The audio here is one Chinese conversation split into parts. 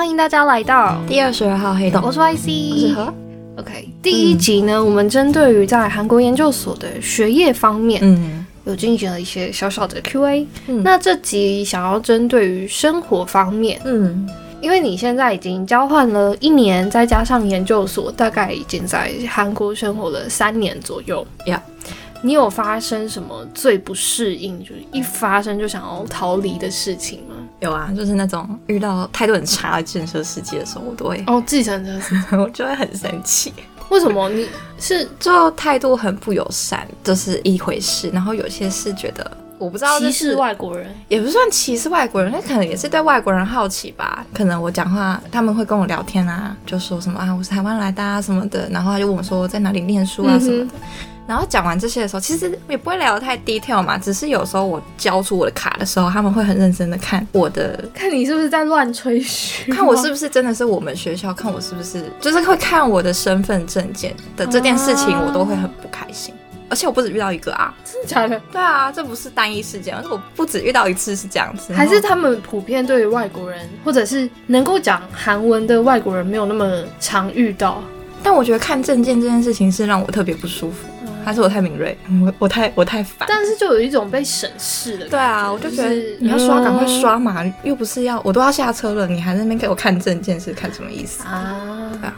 欢迎大家来到第22号黑洞， 我是 YC， 我是何。 OK， 第一集呢，我们针对于在韩国研究所的学业方面，有进行了一些小小的 Q&A。那这集想要针对于生活方面，因为你现在已经交换了1年，再加上研究所，大概已经在韩国生活了3年左右。你有发生什么最不适应，就是一发生就想要逃离的事情吗？ 有啊，就是那种遇到态度很差的建设司机的时候，我都会计程车司机我就会很生气。 为什么？你是就态度很不友善，这是一回事。然后有些是觉得我不知道歧视外国人， 也不算歧视外国人，那可能也是对外国人好奇吧。可能我讲话，他们会跟我聊天啊，就说什么啊，我是台湾来的啊什么的，然后他就问我说我在哪里念书啊什么的。然后讲完这些的时候，其实也不会聊得太 detail 嘛，只是有时候我交出我的卡的时候，他们会很认真的看我的， 看你是不是在乱吹嘘， 看我是不是真的是我们学校，看我是不是就是会看我的身份证件的这件事情，我都会很不开心。而且我不止遇到一个啊， 真的假的？ 对啊，这不是单一事件，我不止遇到一次是这样子。 还是他们普遍对于外国人，或者是能够讲韩文的外国人没有那么常遇到？ 但我觉得看证件这件事情是让我特别不舒服。还是我太敏锐，我太烦， 但是就有一种被审视的感觉。 对啊，我就觉得你要刷赶快刷嘛，又不是要我都要下车了，你还在那边给我看证件是看什么意思啊？ 对啊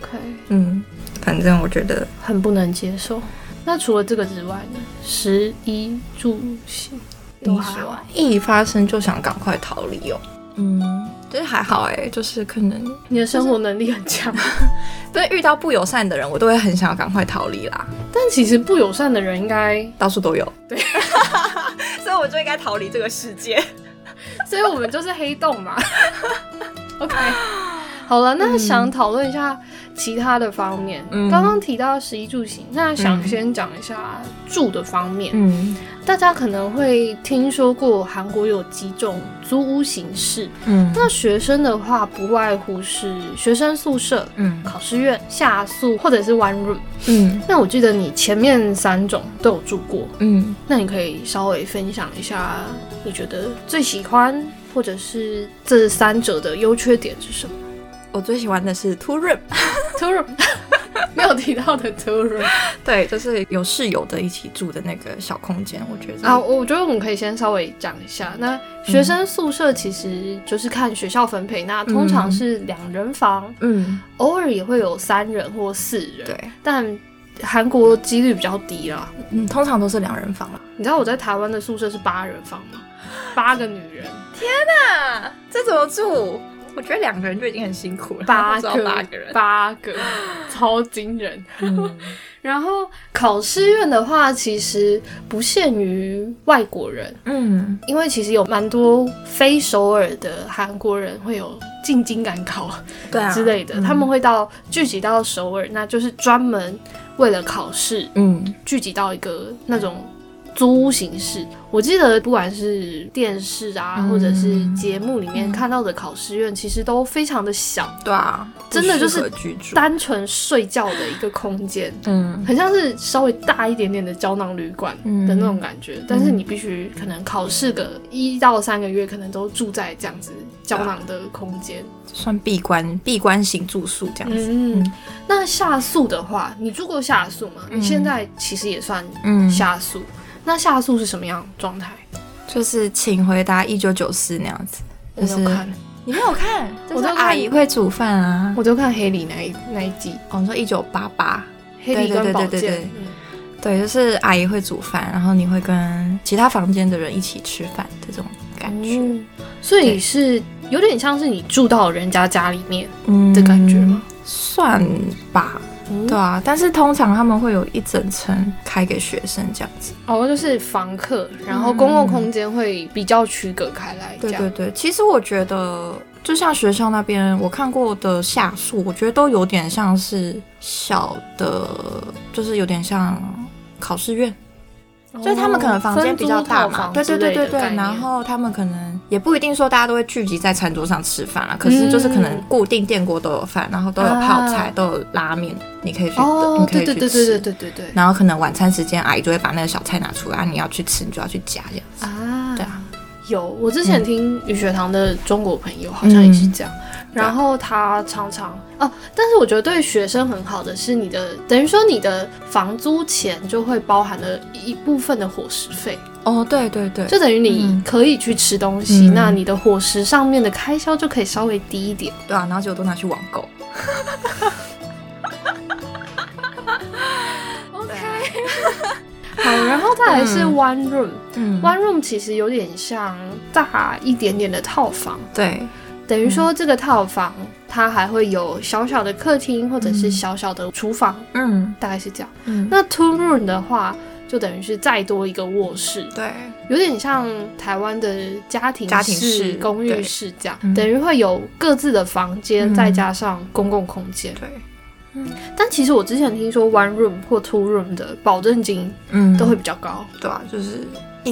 ，OK， 反正我觉得很不能接受。那除了这个之外呢？食衣住行都还好， 一发生就想赶快逃离哦。就是还好就是可能你的生活能力很强， 对，遇到不友善的人，我都会很想要赶快逃离啦。 但其实不友善的人应该到处都有， 对， 所以我就应该逃离这个世界。 所以我们就是黑洞嘛。OK， 好了，那想讨论一下其他的方面。刚刚提到食衣住行，那想先讲一下住的方面。大家可能会听说过韩国有几种租屋形式。那学生的话，不外乎是学生宿舍、考试院、下宿或者是 one room。那我记得你前面3种都有住过。那你可以稍微分享一下，你觉得最喜欢或者是这3者的优缺点是什么？ 我最喜欢的是 two room 没有提到的 two room， 对，就是有室友的一起住的那个小空间，我觉得啊，我觉得我们可以先稍微讲一下。那学生宿舍其实就是看学校分配，那通常是2人房，偶尔也会有3人或4人，对，但韩国几率比较低啦， 通常都是2人房啦。 你知道我在台湾的宿舍是8人房吗？8个女人， 天哪，这怎么住？我觉得2个人就已经很辛苦了 ，8 个人 ，8个，超惊人。然后考试院的话，其实不限于外国人，因为其实有蛮多非首尔的韩国人会有进京赶考之类的，他们会聚集到首尔，那就是专门为了考试，聚集到一个那种租屋形式。我记得不管是电视啊，或者是节目里面看到的考试院，其实都非常的小， 对啊， 真的就是单纯睡觉的一个空间，很像是稍微大一点点的胶囊旅馆的那种感觉，但是你必须可能考试个1到3个月，可能都住在这样子胶囊的空间， 算闭关型住宿这样子。 那下宿的话，你住过下宿吗？你现在其实也算下宿。那下宿是什么样的状态？ 就是请回答1994那样子。 我没有看， 你没有看？就是阿姨会煮饭啊。 我就看黑里那一季。 你说1988， 黑里跟宝剑。 对，就是阿姨会煮饭，然后你会跟其他房间的人一起吃饭的这种感觉。 所以是有点像是你住到人家家里面的感觉吗？ 算吧。对啊，但是通常他们会有一整层开给学生这样子。 就是房客，然后公共空间会比较区隔开来。 对，其实我觉得就像学校那边我看过的下宿，我觉得都有点像是小的，就是有点像考试院。就是他们可能房间比较大嘛，对，然后他们可能也不一定说大家都会聚集在餐桌上吃饭啦，可是就是可能固定电锅都有饭，然后都有泡菜，都有拉面，你可以去吃， 对， 然后可能晚餐时间阿姨就会把那个小菜拿出来，你要去吃你就要去夹这样子。对啊， 有，我之前听语学堂的中国朋友好像也是这样， 然后他常常但是我觉得对学生很好的是等于说你的房租钱就会包含了一部分的伙食费。 对对对， 就等于你可以去吃东西，那你的伙食上面的开销就可以稍微低一点。 对啊，然后结果都拿去网购。 OK， 好，然后再来是 One Room，One Room 其实有点像大一点点的套房。 对， 等于说这个套房它还会有小小的客厅或者是小小的厨房，大概是这样。那 Two Room 的话，就等于是再多一个卧室， 对， 有点像台湾的家庭式、公寓式这样，等于会有各自的房间，再加上公共空间。对，但其实我之前听说 One Room 或 Two Room 的保证金都会比较高， 对啊，就是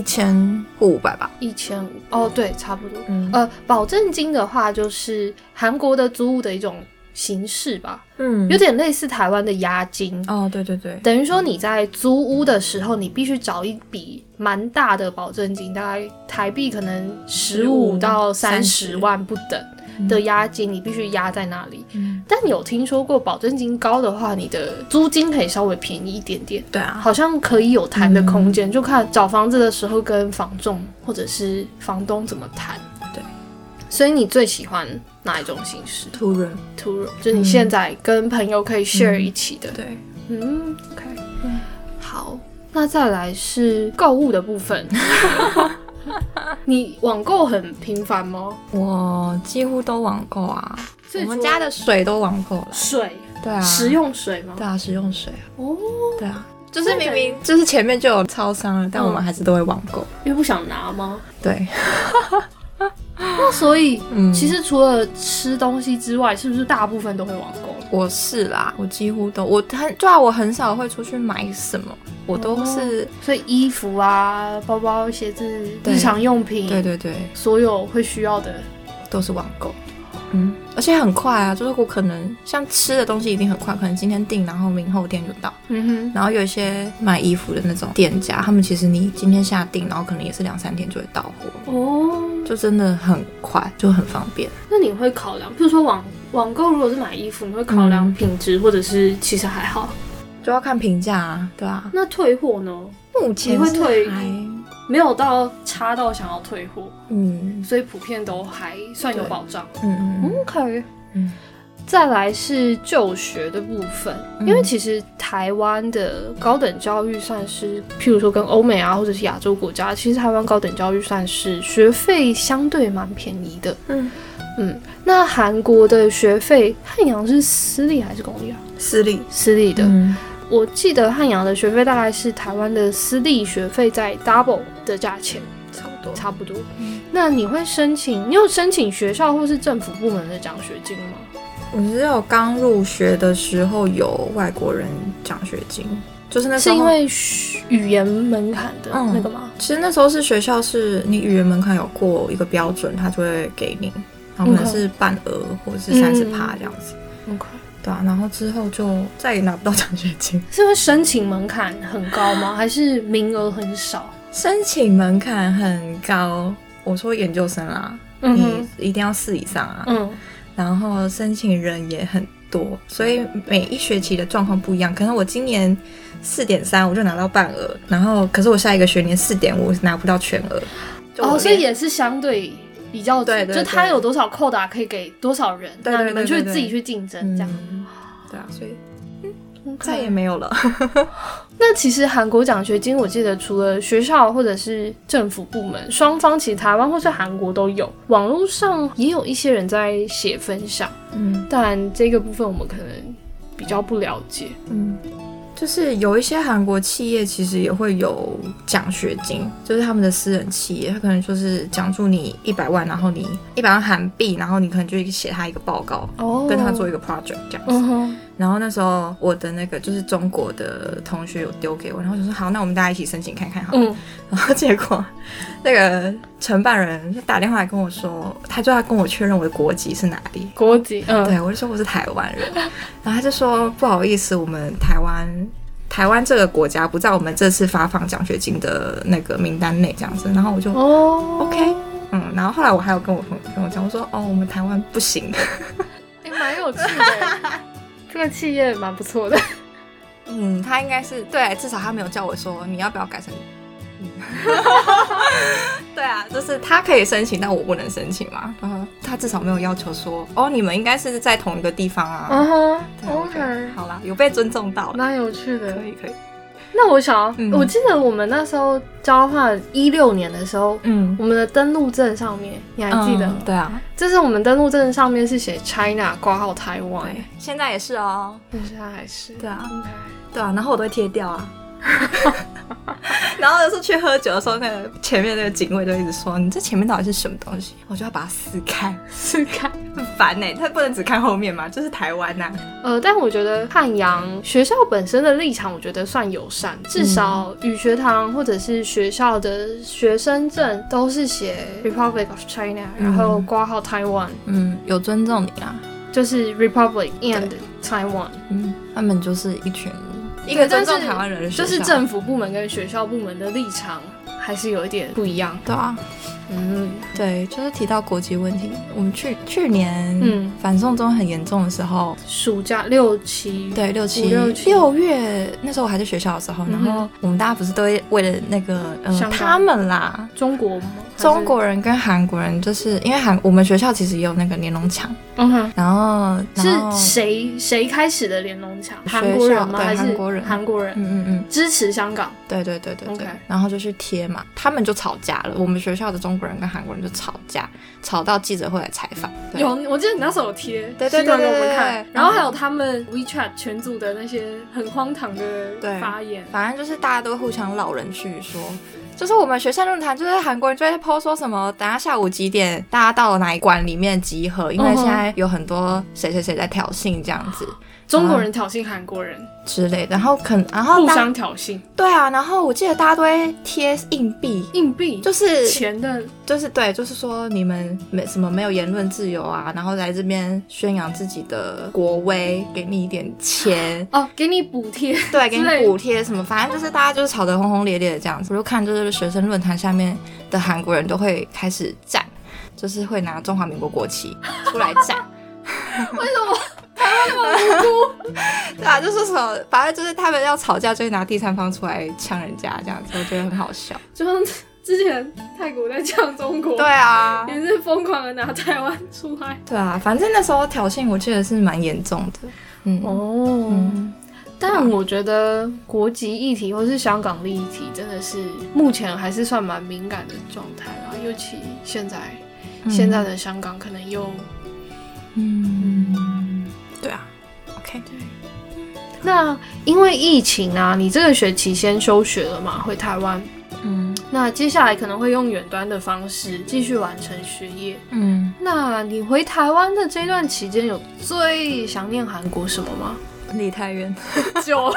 1500吧 ，1500对，差不多。保证金的话，就是韩国的租屋的一种形式吧，有点类似台湾的押金。 对对对， 等于说你在租屋的时候，你必须找一笔蛮大的保证金，大概台币可能15到30万不等的押金，你必须押在那里。但有听说过保证金高的话，你的租金可以稍微便宜一点点。 对啊， 好像可以有谈的空间，就看找房子的时候跟房仲或者是房东怎么谈。对，所以你最喜欢哪一种形式 ？Two Room， 就你现在跟朋友可以 share 一起的。 对 ，OK，好，那再来是购物的部分。你网购很频繁吗？ 我几乎都网购啊，我们家的水都网购了。 水？ 对啊， 食用水吗？ 对啊，食用水啊。对啊，就是明明就是前面就有超商了，但我们还是都会网购， 因为不想拿吗？ 对。 那所以，其实除了吃东西之外，是不是大部分都会网购？ 我是啦，我几乎都，我很少会出去买什么，我都是， 所以衣服啊、包包、鞋子、日常用品， 对对对， 所有会需要的都是网购。而且很快啊，就是我可能像吃的东西一定很快，可能今天订，然后明后天就到。然后有一些卖衣服的那种店家，他们其实你今天下订，然后可能也是2-3天就会到货。就真的很快，就很方便。 那你会考量，比如说网购如果是买衣服，你会考量品质，或者是其实还好？ 就要看评价啊，对啊。 那退货呢？ 目前你会退？没有到差到想要退货，所以普遍都还算有保障。OK，再来是就学的部分，因为其实台湾的高等教育算是，譬如说跟欧美啊或者是亚洲国家，其实台湾高等教育算是学费相对蛮便宜的。那韩国的学费，汉阳是私立还是公立啊？ 私立的。我记得汉阳的学费大概是台湾的私立学费在 double 的价钱，差不多。那你会你有申请学校或是政府部门的奖学金吗？ 我只有刚入学的时候有外国人奖学金，就是那时候是因为语言门槛的那个吗？ 其实那时候是学校是你语言门槛有过一个标准，他就会给你，然后可能是半额或者是30%这样子。对啊，然后之后就再也拿不到奖学金。 是因为申请门槛很高吗？还是名额很少？ 申请门槛很高，我说研究生啦，你一定要4以上啊。然后申请人也很多，所以每一学期的状况不一样。可能我今年4.3我就拿到半额，然后可是我下一个学年4.5拿不到全额。 所以也是相对比较对，就他有多少扣打可以给多少人，那你们就自己去竞争这样。 对啊，所以再也没有了。 那其实韩国奖学金，我记得除了学校或者是政府部门，双方其实台湾或是韩国都有，网络上也有一些人在写分享，但这个部分我们可能比较不了解。 就是有一些韩国企业其实也会有奖学金，就是他们的私人企业，他可能就是奖助你100万，然后你100万韩币，然后你可能就写他一个报告，跟他做一个 project 这样子。然后那时候我的那个就是中国的同学有丢给我，然后就说好，那我们大家一起申请看看好了。然后结果那个承办人就打电话来跟我说，他跟我确认我的国籍是哪里。 国籍， 对，我就说我是台湾人。然后他就说不好意思，我们台湾这个国家不在我们这次发放奖学金的那个名单内这样子。然后我就OK。然后后来我还有跟我朋跟我讲，我说哦，我们台湾不行。 蛮有趣的，这个企业蛮不错的。 他应该是对，至少他没有叫我说你要不要改成。对啊，就是他可以申请，但我不能申请嘛。他至少没有要求说哦，你们应该是在同一个地方啊。 OK， 好啦，有被尊重到了， 蛮有趣的。 可以。 那我想我记得我们那时候交换16年的时候，我们的登录证上面你还记得吗？ 对啊， 这是我们登录证上面是写 China 括号台湾， 现在也是哦， 现在还是。对啊， okay. 对啊，然后我都会贴掉啊。然后有时候去喝酒的时候，那个前面那个警卫就一直说你这前面到底是什么东西，我就要把它撕开，很烦他不能只看后面嘛，就是台湾啊。 但我觉得汉阳学校本身的立场我觉得算友善，至少语学堂或者是学校的学生证都是写 Republic of China，然后括号台湾， 有尊重你啊， 就是 Republic and Taiwan， 他们就是一个尊重台湾人的学校， 就是政府部门跟学校部门的立场还是有一点不一样。 对啊，对，就是提到国籍问题，我们去年反送中很严重的时候， 暑假6、7 月那时候我还在学校的时候，然后我们大家不是都会为了那个他们啦， 中国吗？ 中国人跟韩国人，就是因为我们学校其实也有那个连农墙，然后是谁开始的连农墙？韩国人吗？还是韩国人？支持香港。对。 Okay. 然后就去贴嘛，他们就吵架了。我们学校的中国人跟韩国人就吵架，吵到记者会来采访。 有，我记得你那时候有贴新闻给我们看，然后还有他们 WeChat 群组的那些很荒唐的发言。 反正就是大家都互相老人去说。就是我们学校论坛，就是韩国人就会 po 说什么，等下下午几点大家到了哪一馆里面集合，因为现在有很多谁在挑衅这样子， 中国人挑衅韩国人之类的，然后互相挑衅。 对啊，然后我记得大家都会贴硬币，就是钱的， 就是对，就是说你们没有言论自由啊，然后来这边宣扬自己的国威，给你一点钱给你补贴， 对，给你补贴什么，反正就是大家就是吵得轰轰烈烈的这样子。我就看就是学生论坛下面的韩国人都会开始站，就是会拿中华民国国旗出来站。 为什么？台湾那么无辜？ 对啊，就是什么，反正就是他们要吵架，就会拿第三方出来呛人家，这样子，我觉得很好笑。 就像之前泰国在呛中国， 对啊， 也是疯狂的拿台湾出来。 对啊，反正那时候挑衅，我记得是蛮严重的。 但我觉得国籍议题或是香港利益议题，真的是目前还是算蛮敏感的状态啦，尤其现在的香港可能又。 对啊 ，OK， 对。 那因为疫情啊，你这个学期先休学了嘛，回台湾。那接下来可能会用远端的方式继续完成学业。那你回台湾的这段期间，有最想念韩国什么吗？ 离太远， 酒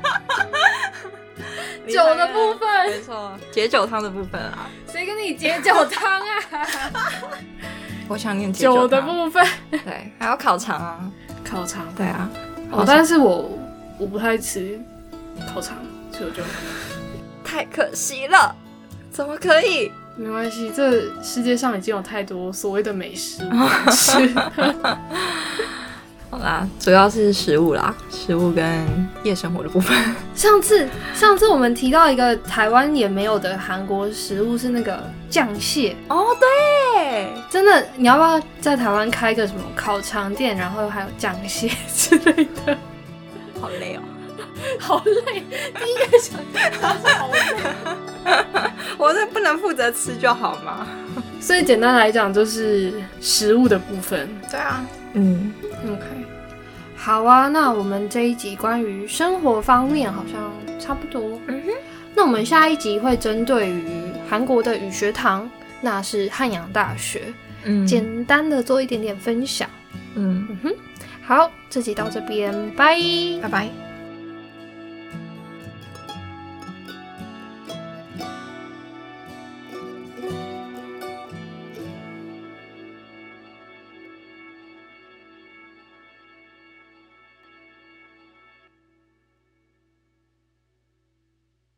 的部分， 没错，解酒汤的部分啊。 谁跟你解酒汤啊？ 我想念酒的部分， 对，还有烤肠啊， 烤肠， 对啊， 但是我不太吃烤肠，所以我就太可惜了，怎么可以？ 没关系，这世界上已经有太多所谓的美食吃。 好啦，主要是食物啦，食物跟夜生活的部分。 上次我们提到一个台湾也没有的韩国食物是那个酱蟹。 对， 真的，你要不要在台湾开个什么烤肠店，然后还有酱蟹之类的？ 好累哦， 好累。第一个想到是好累。 我这不能负责吃就好吗？ 所以简单来讲就是食物的部分。 对啊 ，OK， 好啊，那我们这一集关于生活方面好像差不多。那我们下一集会针对于韩国的语学堂，那是汉阳大学，简单的做一点点分享。好，这集到这边，拜拜。